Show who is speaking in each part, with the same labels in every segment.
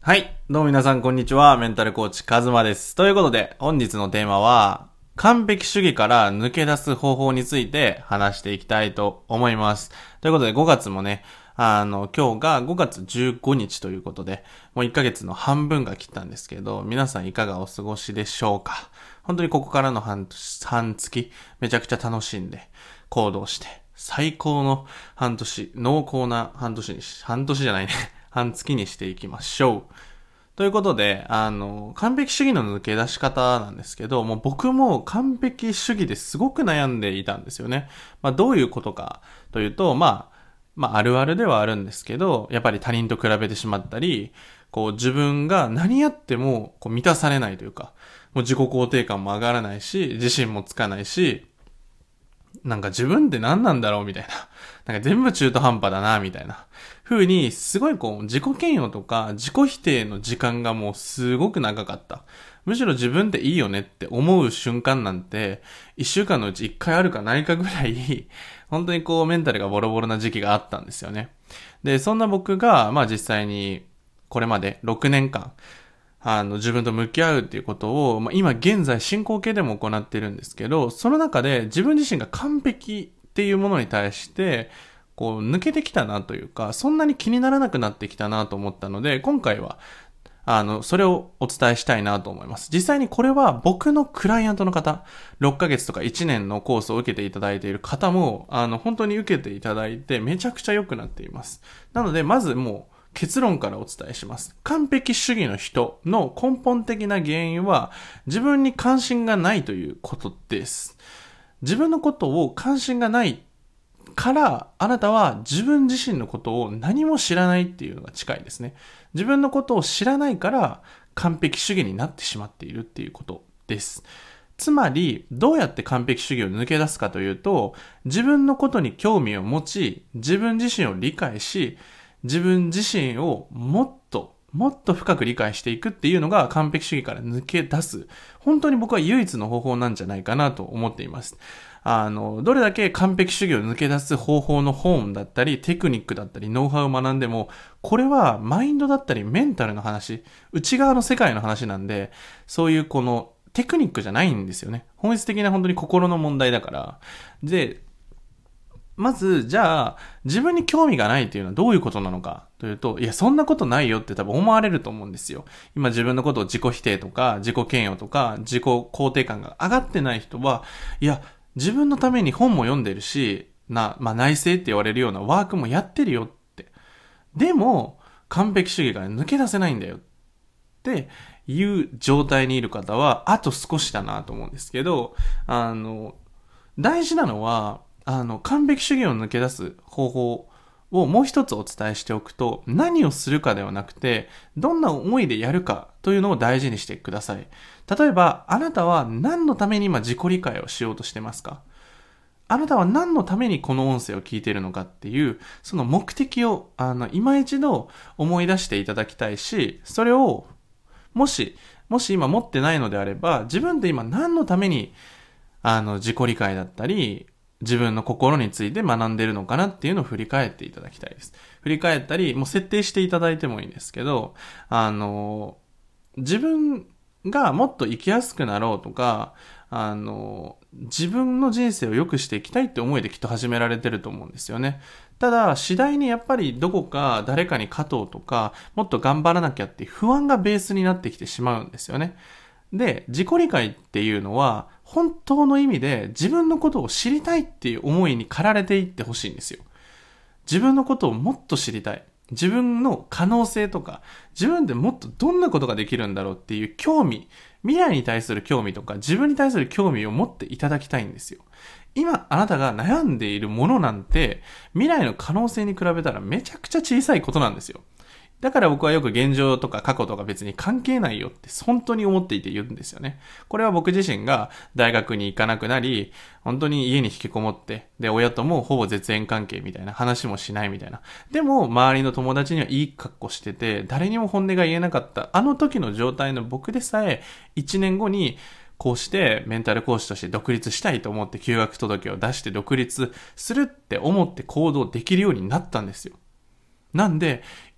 Speaker 1: はい。どうも皆さん、こんにちは。メンタルコーチ、カズマです。ということで、本日のテーマは、完璧主義から抜け出す方法について話していきたいと思います。ということで、5月もね、今日が5月15日ということで、もう1ヶ月の半分が切ったんですけど、皆さんいかがお過ごしでしょうか？本当にここからの半月、めちゃくちゃ楽しんで、行動して、最高の半年、濃厚な半年じゃないね。半月にしていきましょう。ということで、完璧主義の抜け出し方なんですけど、もう僕も完璧主義ですごく悩んでいたんですよね。どういうことかというと、あるあるではあるんですけど、やっぱり他人と比べてしまったり、自分が何やっても満たされないというか、もう自己肯定感も上がらないし、自信もつかないし、なんか自分って何なんだろうみたいな。なんか全部中途半端だな、みたいな。風に、すごい自己嫌悪とか自己否定の時間がもうすごく長かった。むしろ自分っていいよねって思う瞬間なんて、一週間のうち一回あるかないかぐらい、本当にメンタルがボロボロな時期があったんですよね。で、そんな僕が、実際に、これまで6年間、自分と向き合うっていうことを、今現在進行形でも行っているんですけど、その中で自分自身が完璧っていうものに対して、抜けてきたなというか、そんなに気にならなくなってきたなと思ったので、今回は、それをお伝えしたいなと思います。実際にこれは僕のクライアントの方、6ヶ月とか1年のコースを受けていただいている方も、本当に受けていただいて、めちゃくちゃ良くなっています。なので、まずもう、結論からお伝えします。完璧主義の人の根本的な原因は自分に関心がないということです。自分のことを関心がないからあなたは自分自身のことを何も知らないっていうのが近いですね。自分のことを知らないから完璧主義になってしまっているっていうことです。つまりどうやって完璧主義を抜け出すかというと、自分のことに興味を持ち、自分自身を理解し、自分自身をもっと深く理解していくっていうのが完璧主義から抜け出す。本当に僕は唯一の方法なんじゃないかなと思っています。どれだけ完璧主義を抜け出す方法の本だったり、テクニックだったり、ノウハウを学んでも、これはマインドだったりメンタルの話、内側の世界の話なんで、そういうテクニックじゃないんですよね。本質的な本当に心の問題だから。で、まず、じゃあ、自分に興味がないっていうのはどういうことなのかというと、いや、そんなことないよって多分思われると思うんですよ。今自分のことを自己否定とか、自己嫌悪とか、自己肯定感が上がってない人は、いや、自分のために本も読んでるし、内省って言われるようなワークもやってるよって。でも、完璧主義から抜け出せないんだよっていう状態にいる方は、あと少しだなと思うんですけど、大事なのは、完璧主義を抜け出す方法をもう一つお伝えしておくと、何をするかではなくて、どんな思いでやるかというのを大事にしてください。例えば、あなたは何のために今自己理解をしようとしてますか？あなたは何のためにこの音声を聞いているのかっていう、その目的を、今一度思い出していただきたいし、それを、もし今持ってないのであれば、自分で今何のために、自己理解だったり、自分の心について学んでいるのかなっていうのを振り返っていただきたいです。振り返ったり、もう設定していただいてもいいんですけど、自分がもっと生きやすくなろうとか、自分の人生を良くしていきたいって思いできっと始められてると思うんですよね。ただ、次第にやっぱりどこか誰かに勝とうとか、もっと頑張らなきゃっていう不安がベースになってきてしまうんですよね。で、自己理解っていうのは、本当の意味で自分のことを知りたいっていう思いに駆られていってほしいんですよ。自分のことをもっと知りたい。自分の可能性とか、自分でもっとどんなことができるんだろうっていう興味、未来に対する興味とか、自分に対する興味を持っていただきたいんですよ。今、あなたが悩んでいるものなんて、未来の可能性に比べたらめちゃくちゃ小さいことなんですよ。だから僕はよく現状とか過去とか別に関係ないよって本当に思っていて言うんですよね。これは僕自身が大学に行かなくなり、本当に家に引きこもって、で、親ともほぼ絶縁関係みたいな話もしないみたいな。でも、周りの友達にはいい格好してて、誰にも本音が言えなかった、あの時の状態の僕でさえ、1年後に、こうしてメンタル講師として独立したいと思って休学届を出して独立するって思って行動できるようになったんですよ。なんで、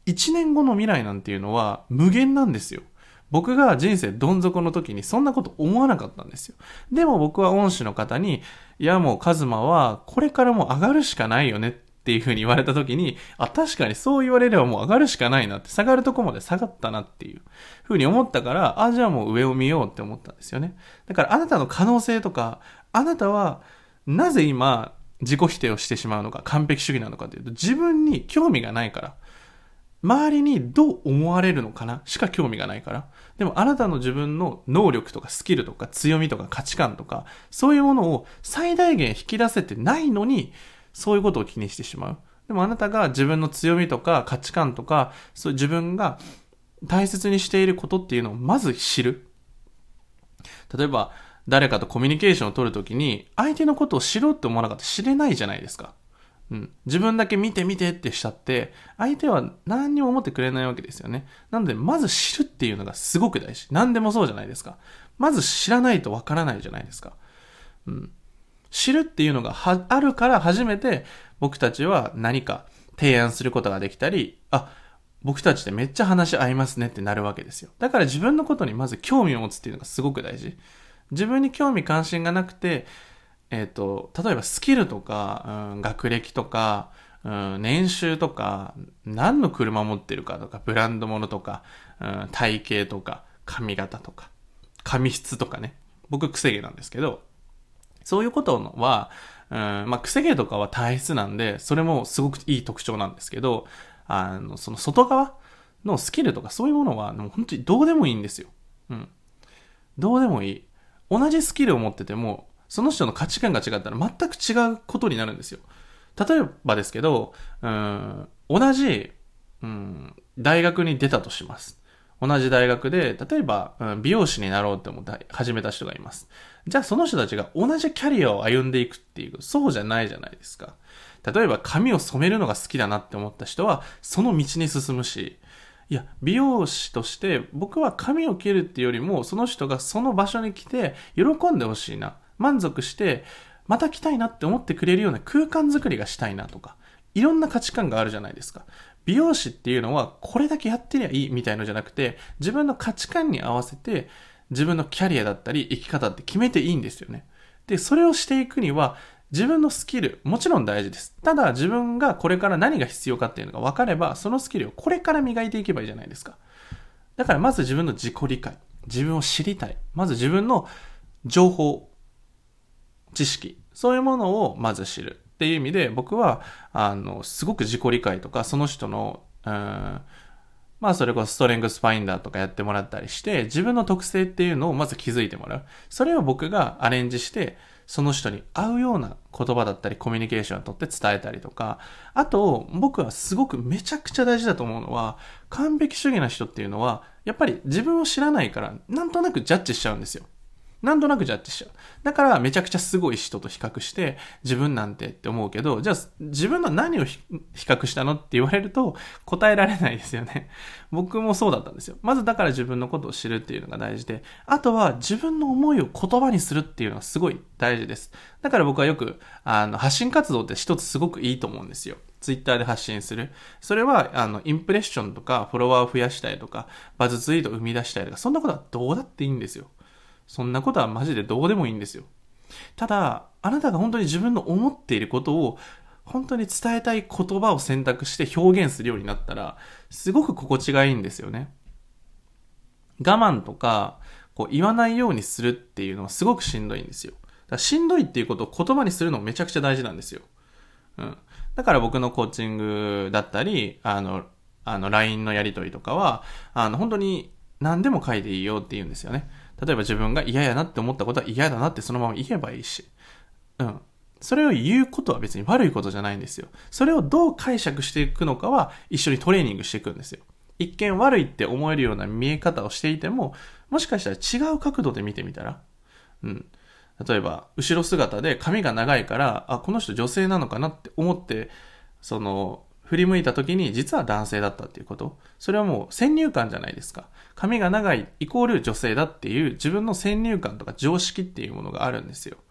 Speaker 1: 1年後の未来なんていうのは無限なんですよ。僕が人生どん底の時にそんなこと思わなかったんですよ。でも僕は恩師の方に、いやもうカズマはこれからもう上がるしかないよねっていう風に言われた時に、確かにそう言われればもう上がるしかないなって、下がるとこまで下がったなっていう風に思ったから、じゃあもう上を見ようって思ったんですよね。だからあなたの可能性とか、あなたはなぜ今自己否定をしてしまうのか、完璧主義なのかというと、自分に興味がないから。周りにどう思われるのかなしか興味がないから。でもあなたの自分の能力とかスキルとか強みとか価値観とか、そういうものを最大限引き出せてないのに、そういうことを気にしてしまう。でもあなたが自分の強みとか価値観とか、そういう自分が大切にしていることっていうのをまず知る。例えば、誰かとコミュニケーションを取るときに、相手のことを知ろうって思わなかったら知れないじゃないですか。自分だけ見て見てってしたって、相手は何にも思ってくれないわけですよね。なので、まず知るっていうのがすごく大事。何でもそうじゃないですか。まず知らないとわからないじゃないですか。知るっていうのがあるから初めて、僕たちは何か提案することができたり、僕たちってめっちゃ話合いますねってなるわけですよ。だから自分のことにまず興味を持つっていうのがすごく大事。自分に興味関心がなくて、例えばスキルとか、学歴とか、年収とか、何の車持ってるかとか、ブランド物とか、体型とか、髪型とか、髪質とかね。僕、癖毛なんですけど、そういうことは、癖毛とかは体質なんで、それもすごくいい特徴なんですけど、その外側のスキルとかそういうものは、もう本当にどうでもいいんですよ。どうでもいい。同じスキルを持ってても、その人の価値観が違ったら全く違うことになるんですよ。例えばですけど、同じ、大学に出たとします。同じ大学で、例えば、美容師になろうって思って始めた人がいます。じゃあその人たちが同じキャリアを歩んでいくっていう、そうじゃないじゃないですか。例えば髪を染めるのが好きだなって思った人は、その道に進むし、いや、美容師として僕は髪を切るっていうよりも、その人がその場所に来て喜んでほしいな。満足して、また来たいなって思ってくれるような空間づくりがしたいなとか、いろんな価値観があるじゃないですか。美容師っていうのはこれだけやってりゃいいみたいのじゃなくて、自分の価値観に合わせて自分のキャリアだったり生き方って決めていいんですよね。で、それをしていくには自分のスキル、もちろん大事です。ただ自分がこれから何が必要かっていうのが分かれば、そのスキルをこれから磨いていけばいいじゃないですか。だからまず自分の自己理解、自分を知りたい。まず自分の情報、知識、そういうものをまず知るっていう意味で、僕はすごく自己理解とか、その人のそれこそストレングスファインダーとかやってもらったりして、自分の特性っていうのをまず気づいてもらう。それを僕がアレンジして、その人に合うような言葉だったりコミュニケーションをとって伝えたりとか、あと僕はすごくめちゃくちゃ大事だと思うのは、完璧主義な人っていうのはやっぱり自分を知らないからなんとなくジャッジしちゃうんですよ。なんとなくジャッジしちゃう。だからめちゃくちゃすごい人と比較して自分なんてって思うけど、じゃあ自分の何を比較したのって言われると答えられないですよね。僕もそうだったんですよ。まずだから自分のことを知るっていうのが大事で、あとは自分の思いを言葉にするっていうのがすごい大事です。だから僕はよく発信活動って一つすごくいいと思うんですよ。ツイッターで発信する。それはインプレッションとかフォロワーを増やしたいとかバズツイートを生み出したいとか、そんなことはどうだっていいんですよ。そんなことはマジでどうでもいいんですよ。ただ、あなたが本当に自分の思っていることを本当に伝えたい言葉を選択して表現するようになったら、すごく心地がいいんですよね。我慢とか、言わないようにするっていうのはすごくしんどいんですよ。だからしんどいっていうことを言葉にするのもめちゃくちゃ大事なんですよ。だから僕のコーチングだったり、LINE のやり取りとかは、本当に何でも書いていいよって言うんですよね。例えば自分が嫌やなって思ったことは嫌だなってそのまま言えばいいし。それを言うことは別に悪いことじゃないんですよ。それをどう解釈していくのかは一緒にトレーニングしていくんですよ。一見悪いって思えるような見え方をしていても、もしかしたら違う角度で見てみたら、例えば後ろ姿で髪が長いから、この人女性なのかなって思って、振り向いた時に実は男性だったっていうこと。それはもう先入観じゃないですか。髪が長いイコール女性だっていう自分の先入観とか常識っていうものがあるんですよ。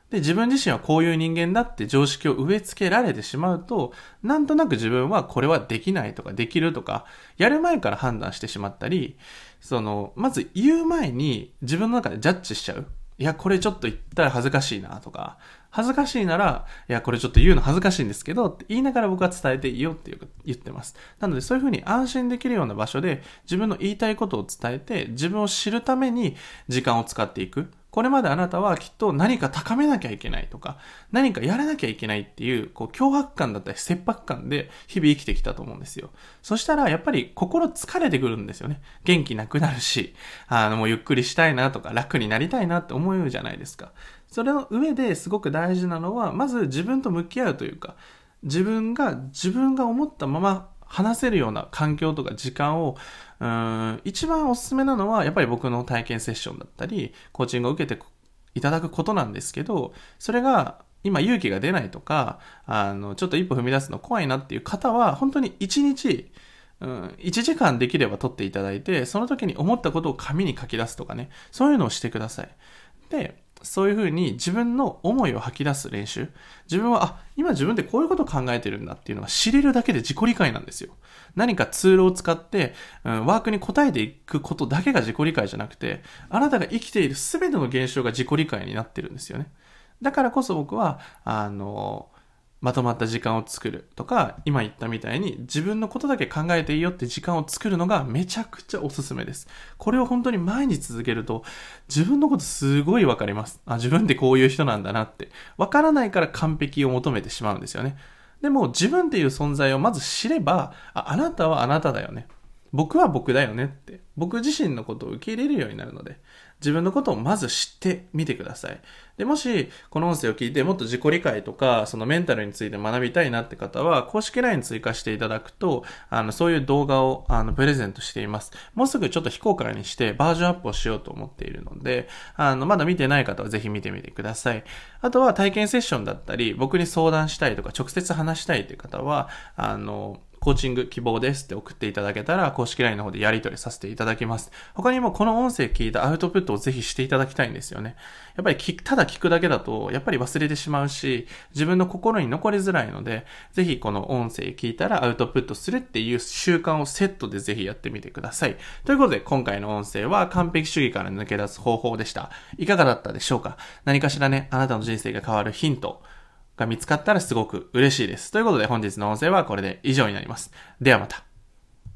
Speaker 1: で、自分自身はこういう人間だって常識を植え付けられてしまうと、なんとなく自分はこれはできないとかできるとか、やる前から判断してしまったり、まず言う前に自分の中でジャッジしちゃう。いや、これちょっと言ったら恥ずかしいなとか、恥ずかしいなら、いや、これちょっと言うの恥ずかしいんですけど、って言いながら僕は伝えていいよって言ってます。なので、そういうふうに安心できるような場所で、自分の言いたいことを伝えて、自分を知るために時間を使っていく。これまであなたはきっと何か高めなきゃいけないとか、何かやらなきゃいけないっていう、脅迫感だったり切迫感で日々生きてきたと思うんですよ。そしたら、やっぱり心疲れてくるんですよね。元気なくなるし、もうゆっくりしたいなとか、楽になりたいなって思うじゃないですか。それの上ですごく大事なのは、まず自分と向き合うというか、自分が思ったまま話せるような環境とか時間を、一番おすすめなのは、やっぱり僕の体験セッションだったり、コーチングを受けていただくことなんですけど、それが今勇気が出ないとか、ちょっと一歩踏み出すの怖いなっていう方は、本当に1日、1時間できれば取っていただいて、その時に思ったことを紙に書き出すとかね、そういうのをしてください。で、そういうふうに自分の思いを吐き出す練習。自分は、今自分ってこういうことを考えてるんだっていうのが知れるだけで自己理解なんですよ。何かツールを使って、ワークに応えていくことだけが自己理解じゃなくて、あなたが生きている全ての現象が自己理解になってるんですよね。だからこそ僕は、まとまった時間を作るとか、今言ったみたいに自分のことだけ考えていいよって時間を作るのがめちゃくちゃおすすめです。これを本当に毎日続けると自分のことすごいわかります。自分ってこういう人なんだなって。わからないから完璧を求めてしまうんですよね。でも自分っていう存在をまず知れば、あなたはあなただよね。僕は僕だよねって。僕自身のことを受け入れるようになるので、自分のことをまず知ってみてください。で、もし、この音声を聞いてもっと自己理解とか、そのメンタルについて学びたいなって方は、公式 LINE 追加していただくと、そういう動画を、プレゼントしています。もうすぐちょっと非公開にしてバージョンアップをしようと思っているので、まだ見てない方はぜひ見てみてください。あとは体験セッションだったり、僕に相談したいとか、直接話したいという方は、コーチング希望ですって送っていただけたら公式 LINE の方でやり取りさせていただきます。他にもこの音声聞いたアウトプットをぜひしていただきたいんですよね。やっぱりただ聞くだけだとやっぱり忘れてしまうし、自分の心に残りづらいので、ぜひこの音声聞いたらアウトプットするっていう習慣をセットでぜひやってみてください。ということで今回の音声は完璧主義から抜け出す方法でした。いかがだったでしょうか？何かしらね、あなたの人生が変わるヒントが見つかったらすごく嬉しいです。ということで本日の音声はこれで以上になります。ではまた。